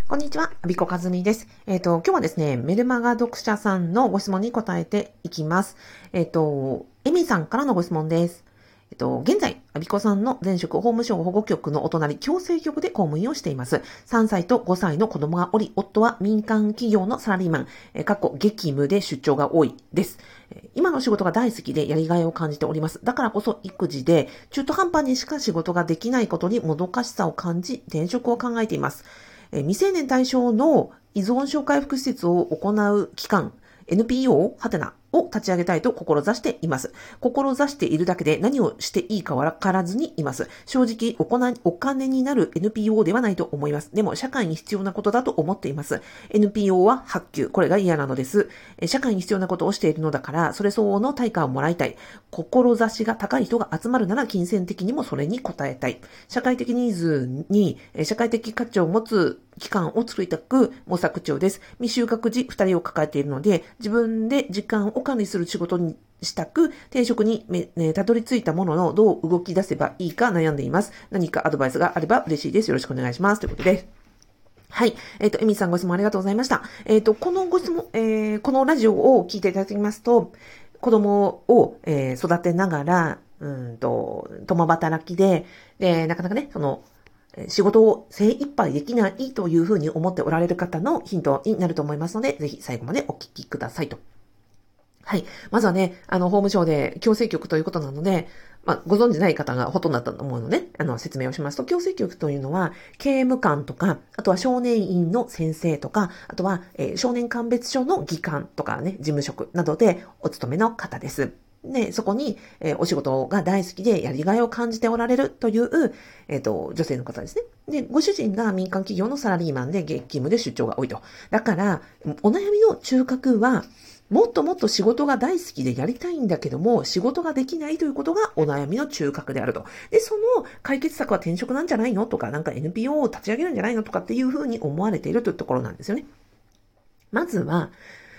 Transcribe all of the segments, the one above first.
こんにちは、アビコカズミです。今日はですね、メルマガ読者さんのご質問に答えていきます。エミさんからのご質問です。現在、アビコさんの前職、法務省保護局のお隣、矯正局で公務員をしています。3歳と5歳の子供がおり、夫は民間企業のサラリーマン、激務で出張が多いです。今の仕事が大好きでやりがいを感じております。だからこそ育児で中途半端にしか仕事ができないことにもどかしさを感じ、転職を考えています。未成年対象の依存症回復施設を行う機関、NPO ハテナを立ち上げたいと志しています。志しているだけで何をしていいかわからずにいます。正直お金になる NPO ではないと思います。でも社会に必要なことだと思っています。NPO は発給。これが嫌なのです。社会に必要なことをしているのだから、それ相応の対価をもらいたい。志が高い人が集まるなら金銭的にもそれに応えたい。社会的ニーズに社会的価値を持つ期間を作りたく模索中です。未就学児2人を抱えているので、自分で時間を管理する仕事にしたく、転職にたどり着いたものの、どう動き出せばいいか悩んでいます。何かアドバイスがあれば嬉しいです。よろしくお願いします。ということで。はい。エミさんご質問ありがとうございました。このご質問、このラジオを聞いていただきますと、子供を、育てながら、共働きで、なかなかね、仕事を精一杯できないというふうに思っておられる方のヒントになると思いますので、ぜひ最後までお聞きくださいと。はい。まずはね、法務省で矯正局ということなので、ご存知ない方がほとんどだったと思うので、説明をしますと、矯正局というのは、刑務官とか、あとは少年院の先生とか、あとは、少年鑑別所の技官とかね、事務職などでお勤めの方です。で、そこに、お仕事が大好きでやりがいを感じておられるという、女性の方ですね。で、ご主人が民間企業のサラリーマンで激務で出張が多いと。だから、お悩みの中核は、もっともっと仕事が大好きでやりたいんだけども、仕事ができないということがお悩みの中核であると。で、その解決策は転職なんじゃないのとか、なんか NPO を立ち上げるんじゃないのとかっていうふうに思われているというところなんですよね。まずは、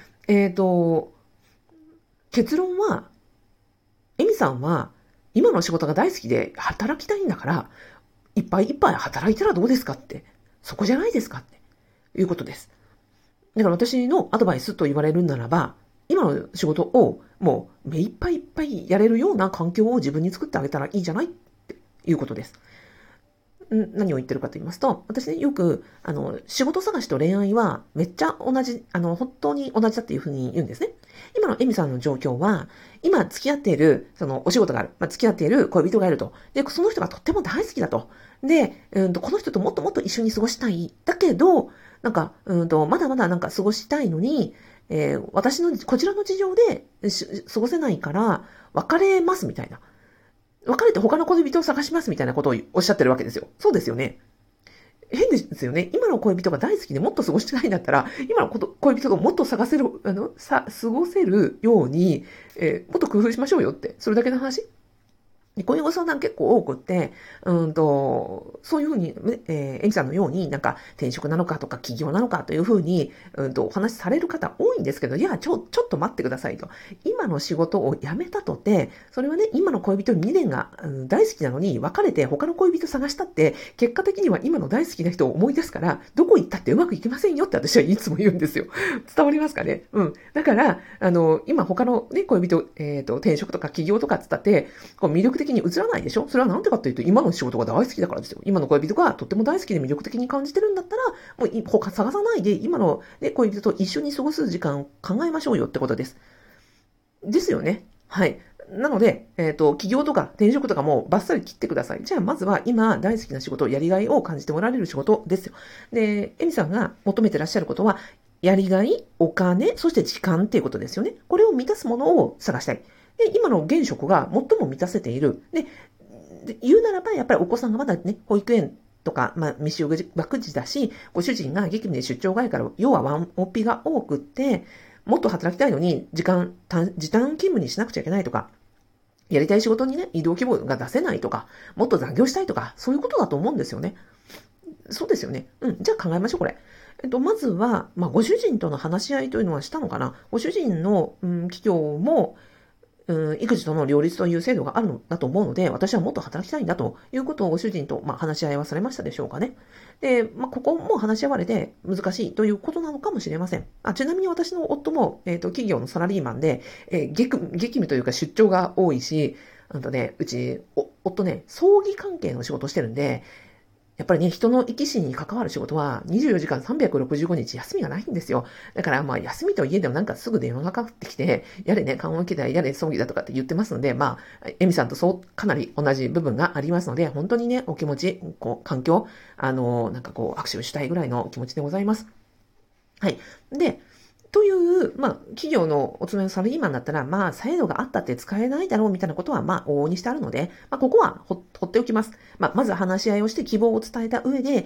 結論は、エミさんは今の仕事が大好きで働きたいんだから、いっぱいいっぱい働いたらどうですかって。そこじゃないですかっていうことです。だから私のアドバイスと言われるならば、今の仕事をもう目いっぱいいっぱいやれるような環境を自分に作ってあげたらいいんじゃないっていうことです。何を言ってるかと言いますと、私ね、よく、仕事探しと恋愛はめっちゃ同じ、本当に同じだっていうふうに言うんですね。今のエミさんの状況は、今付き合っている、お仕事がある。付き合っている恋人がいると。で、その人がとっても大好きだと。で、この人ともっともっと一緒に過ごしたい。だけど、まだまだ過ごしたいのに、私の、こちらの事情で過ごせないから、別れますみたいな。別れて他の恋人を探しますみたいなことをおっしゃってるわけですよ。そうですよね。変ですよね。今の恋人が大好きでもっと過ごしてないんだったら、今の恋人がもっと探せる、過ごせるように、もっと工夫しましょうよって。それだけの話。こういうご相談結構多くって、そういうふうに、エミさんのように転職なのかとか起業なのかというふうに、お話しされる方多いんですけど、いや、ちょっと待ってくださいと。今の仕事を辞めたとて、それはね、今の恋人に2年が、大好きなのに別れて他の恋人探したって、結果的には今の大好きな人を思い出すから、どこ行ったってうまくいきませんよって私はいつも言うんですよ。伝わりますかね。だから、今他のね、恋人、転職とか起業とかつったって、こう魅力的に映らないでしょ。それはなんでかっていうと、今の仕事が大好きだからですよ。今の恋人がとっても大好きで魅力的に感じてるんだったら、もう他探さないで、今の、ね、恋人と一緒に過ごす時間を考えましょうよってことです。ですよね。はい。なので、起業とか転職とかもバッサリ切ってください。じゃあ、まずは今大好きな仕事、やりがいを感じておられる仕事ですよ。で、エミさんが求めてらっしゃることは、やりがい、お金、そして時間っていうことですよね。これを満たすものを探したい。で、今の現職が最も満たせている。で、言うならば、やっぱりお子さんがまだね、保育園とか、未就学児だし、ご主人が激務で出張がいから、要はワンオペが多くって、もっと働きたいのに、時短勤務にしなくちゃいけないとか、やりたい仕事にね、移動規模が出せないとか、もっと残業したいとか、そういうことだと思うんですよね。そうですよね。じゃあ考えましょう、これ。まずは、ご主人との話し合いというのはしたのかな。ご主人の、企業も、 育児との両立という制度があるのだと思うので、私はもっと働きたいんだということをご主人と、話し合いはされましたでしょうかね。で、ここも話し合われて難しいということなのかもしれません。ちなみに私の夫も、企業のサラリーマンで、激務というか出張が多いし、うち、夫ね、葬儀関係の仕事をしてるんで、やっぱりね、人の生き死に関わる仕事は24時間365日休みがないんですよ。だから休みといえでもなんかすぐ電話がかかってきて、やれね、緩和期だ、やれ葬儀だとかって言ってますので、エミさんとかなり同じ部分がありますので、本当にね、お気持ち、環境、握手したいぐらいの気持ちでございます。はい。で、という、企業のお勤めのサラリーマンだったら、制度があったって使えないだろうみたいなことは、往々にしてあるので、ここは放っておきます。まず話し合いをして希望を伝えた上で、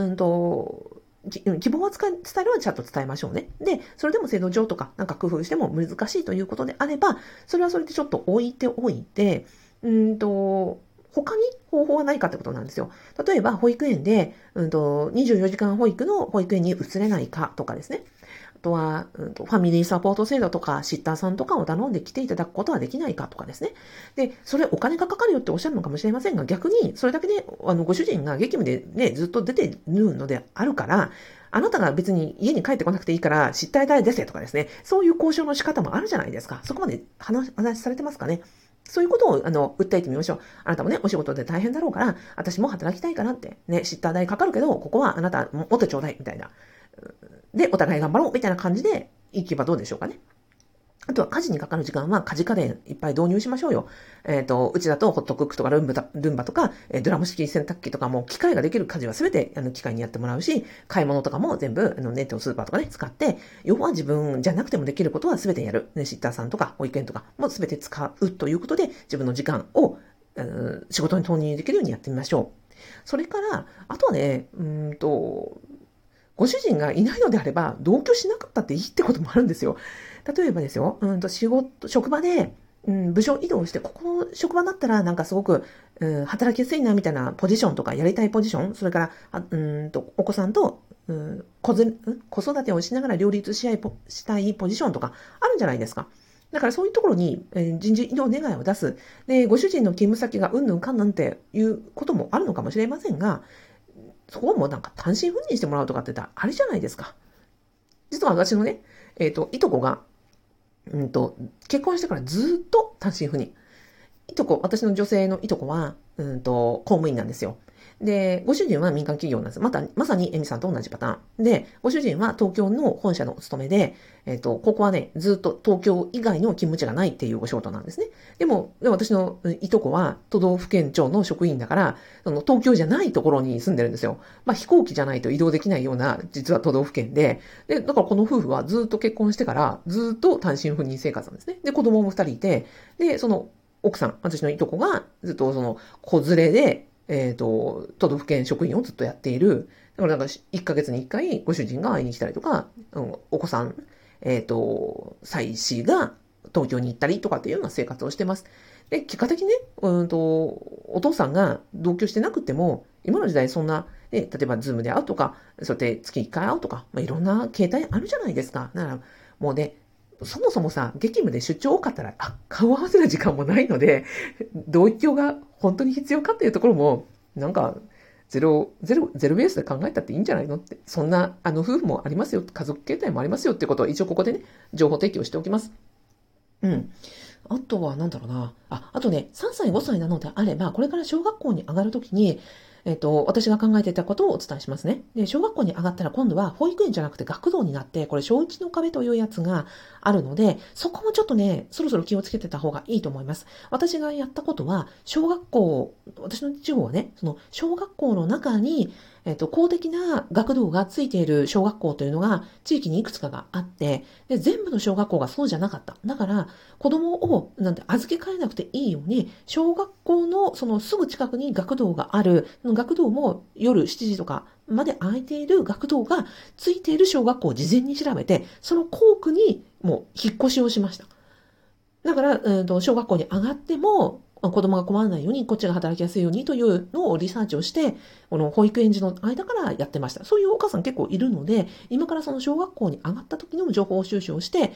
希望を伝えるのはちゃんと伝えましょうね。で、それでも制度上とか、工夫しても難しいということであれば、それはそれでちょっと置いておいて、他に方法はないかってことなんですよ。例えば、保育園で、24時間保育の保育園に移れないかとかですね。あとは、ファミリーサポート制度とか、シッターさんとかを頼んで来ていただくことはできないかとかですね。で、それお金がかかるよっておっしゃるのかもしれませんが、逆にそれだけで、ご主人が激務でね、ずっと出てるのであるから、あなたが別に家に帰ってこなくていいから、失態代出せとかですね、そういう交渉の仕方もあるじゃないですか。そこまで話されてますかね。そういうことを、訴えてみましょう。あなたもね、お仕事で大変だろうから、私も働きたいからって、ね、シッター代かかるけど、ここはあなたもっとちょうだい、みたいな。で、お互い頑張ろう、みたいな感じでいけばどうでしょうかね。あとは家事にかかる時間は家事家電いっぱい導入しましょうよ。うちだとホットクックとかルンバとか、ドラム式洗濯機とかも機械ができる家事はすべて機械にやってもらうし、買い物とかも全部ネットスーパーとかね、使って、要は自分じゃなくてもできることはすべてやる。シッターさんとか保育園とかもすべて使うということで、自分の時間を仕事に投入できるようにやってみましょう。それから、あとはね、ご主人がいないのであれば、同居しなかったっていいってこともあるんですよ。例えばですよ、職場で、部署移動して、ここの職場だったらすごく、働きやすいなみたいなポジションとか、やりたいポジション、それから、お子さんと、子育てをしながら両立したいポジションとかあるんじゃないですか。だからそういうところに、人事異動願いを出す。で、ご主人の勤務先がうんぬんかんなんていうこともあるのかもしれませんが、そこも単身赴任してもらうとかって言ったらあれじゃないですか。実は私のね、いとこが、結婚してからずっと単身赴任。私の女性のいとこは、公務員なんですよ。で、ご主人は民間企業なんです。まさにエミさんと同じパターン。で、ご主人は東京の本社のお勤めで、ここはね、ずっと東京以外の勤務地がないっていうお仕事なんですね。でも、私のいとこは都道府県庁の職員だから、東京じゃないところに住んでるんですよ。飛行機じゃないと移動できないような、実は都道府県で、だからこの夫婦はずっと結婚してから、ずっと単身赴任生活なんですね。で、子供も2人いて、で、奥さん、私のいとこがずっと子連れで、都道府県職員をずっとやっている。だから1ヶ月に1回ご主人が会いに来たりとか、お子さん、妻子が東京に行ったりとかっていうような生活をしてます。で、結果的にね、お父さんが同居してなくても、今の時代そんな、例えばズームで会うとか、そうやって月1回会うとか、いろんな形態あるじゃないですか。だから、もうね、そもそもさ、激務で出張多かったら、顔合わせる時間もないので、同居が本当に必要かっていうところも、ゼロベースで考えたっていいんじゃないのって。そんな、夫婦もありますよ。家族形態もありますよってことを一応ここでね、情報提供しておきます。うん。あとは、あとね、3歳、5歳なのであれば、これから小学校に上がるときに、私が考えていたことをお伝えしますね。で、小学校に上がったら今度は保育園じゃなくて学童になって、これ小1の壁というやつがあるので、そこもちょっとね、そろそろ気をつけてた方がいいと思います。私がやったことは、私の地方はね、小学校の中に、公的な学童がついている小学校というのが地域にいくつかがあって、で、全部の小学校がそうじゃなかった。だから、子供を預け替えなくていいように、小学校のすぐ近くに学童がある、学童も夜7時とかまで空いている学童がついている小学校を事前に調べて、その校区にもう引っ越しをしました。だから、小学校に上がっても、子供が困らないように、こっちが働きやすいようにというのをリサーチをして、この保育園児の間からやってました。そういうお母さん結構いるので、今からその小学校に上がった時の情報収集をして、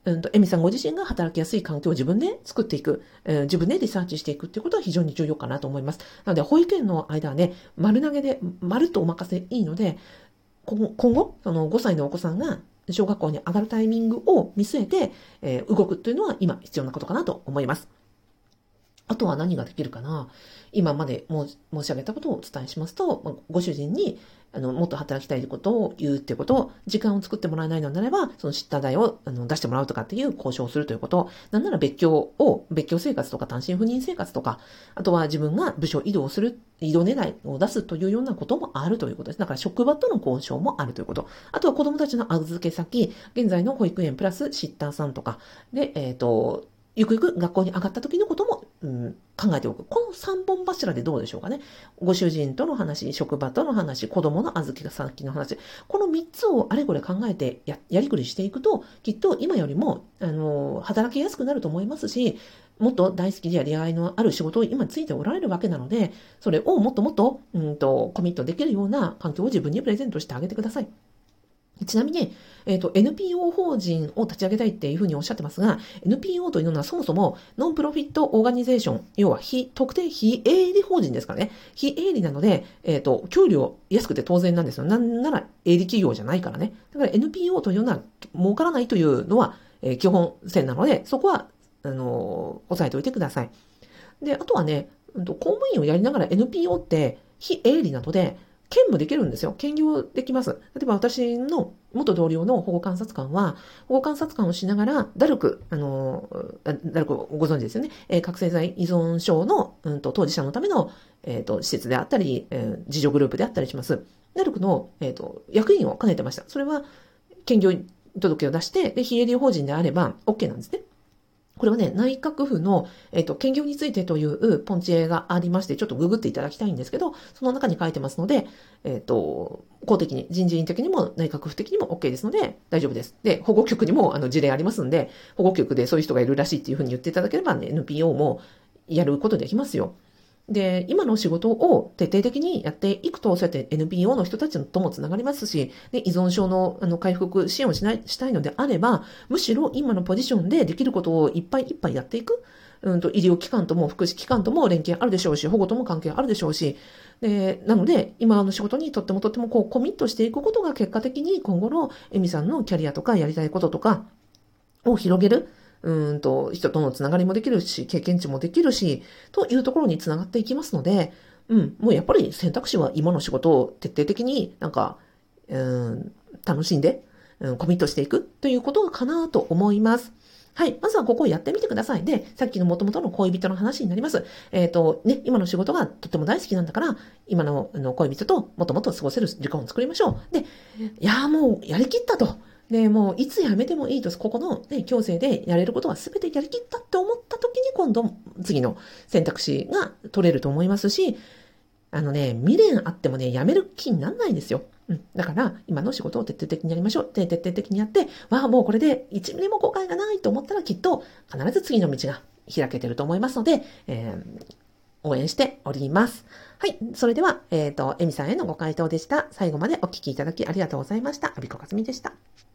エミさんご自身が働きやすい環境を自分で作っていく、自分でリサーチしていくっていうことは非常に重要かなと思います。なので、保育園の間はね、丸投げで、丸とお任せでいいので、今後、その5歳のお子さんが小学校に上がるタイミングを見据えて、動くというのは今必要なことかなと思います。あとは何ができるかな。今まで申し上げたことをお伝えしますと、ご主人にもっと働きたいことを言うっていうことを、時間を作ってもらえないのであれば、その知った代を出してもらうとかっていう交渉をするということ、なんなら別居生活とか単身赴任生活とか、あとは自分が部署移動する、移動願いを出すというようなこともあるということです。だから職場との交渉もあるということ。あとは子供たちの預け先、現在の保育園プラスシッターさんとか、で、ゆくゆく学校に上がった時のことも、考えておく。この3本柱でどうでしょうかね。ご主人との話、職場との話、子供の預け先の話。この3つをあれこれ考えてやりくりしていくと、きっと今よりも、働きやすくなると思いますし、もっと大好きでやりがいのある仕事を今ついておられるわけなので、それをもっともっと、コミットできるような環境を自分にプレゼントしてあげてください。ちなみに、NPO 法人を立ち上げたいっていうふうにおっしゃってますが、NPO というのはそもそもノンプロフィットオーガニゼーション、要は特定非営利法人ですからね。非営利なので、給料安くて当然なんですよ。なんなら営利企業じゃないからね。だから NPO というのは儲からないというのは、基本線なので、そこは、押さえておいてください。で、あとはね、公務員をやりながら NPO って非営利なので、兼務できるんですよ。兼業できます。例えば私の元同僚の保護観察官は、保護観察官をしながら、ダルクご存知ですよね。覚醒剤依存症の、当事者のための、施設であったり、自助グループであったりします。ダルクの、役員を兼ねてました。それは、兼業届を出して、で、非営利法人であれば OK なんですね。これはね、内閣府の、兼業についてというポンチ絵がありまして、ちょっとググっていただきたいんですけど、その中に書いてますので、公的に、人事院的にも内閣府的にも OK ですので、大丈夫です。で、保護局にも事例ありますんで、保護局でそういう人がいるらしいっていうふうに言っていただければね、NPO もやることできますよ。で、今の仕事を徹底的にやっていくと、そうやって NPO の人たちともつながりますし、で依存症の回復支援をしたいのであれば、むしろ今のポジションでできることをいっぱいいっぱいやっていく。医療機関とも福祉機関とも連携あるでしょうし、保護とも関係あるでしょうし、なので、今の仕事にとってもコミットしていくことが結果的に今後のエミさんのキャリアとかやりたいこととかを広げる。人とのつながりもできるし、経験値もできるし、というところにつながっていきますので、もうやっぱり選択肢は今の仕事を徹底的に楽しんで、コミットしていくということかなと思います。はい。まずはここをやってみてください。で、さっきの元々の恋人の話になります。今の仕事がとっても大好きなんだから、今の恋人ともっともっと過ごせる時間を作りましょう。で、もうやりきったと。で、もういつ辞めてもいいと、ここの、強制でやれることは全てやりきったって思った時に今度次の選択肢が取れると思いますし、未練あってもね、辞める気にならないんですよ。だから、今の仕事を徹底的にやりましょう。徹底的にやって、もうこれで1ミリも後悔がないと思ったらきっと必ず次の道が開けてると思いますので、応援しております。はい。それでは、エミさんへのご回答でした。最後までお聞きいただきありがとうございました。阿比子かすみでした。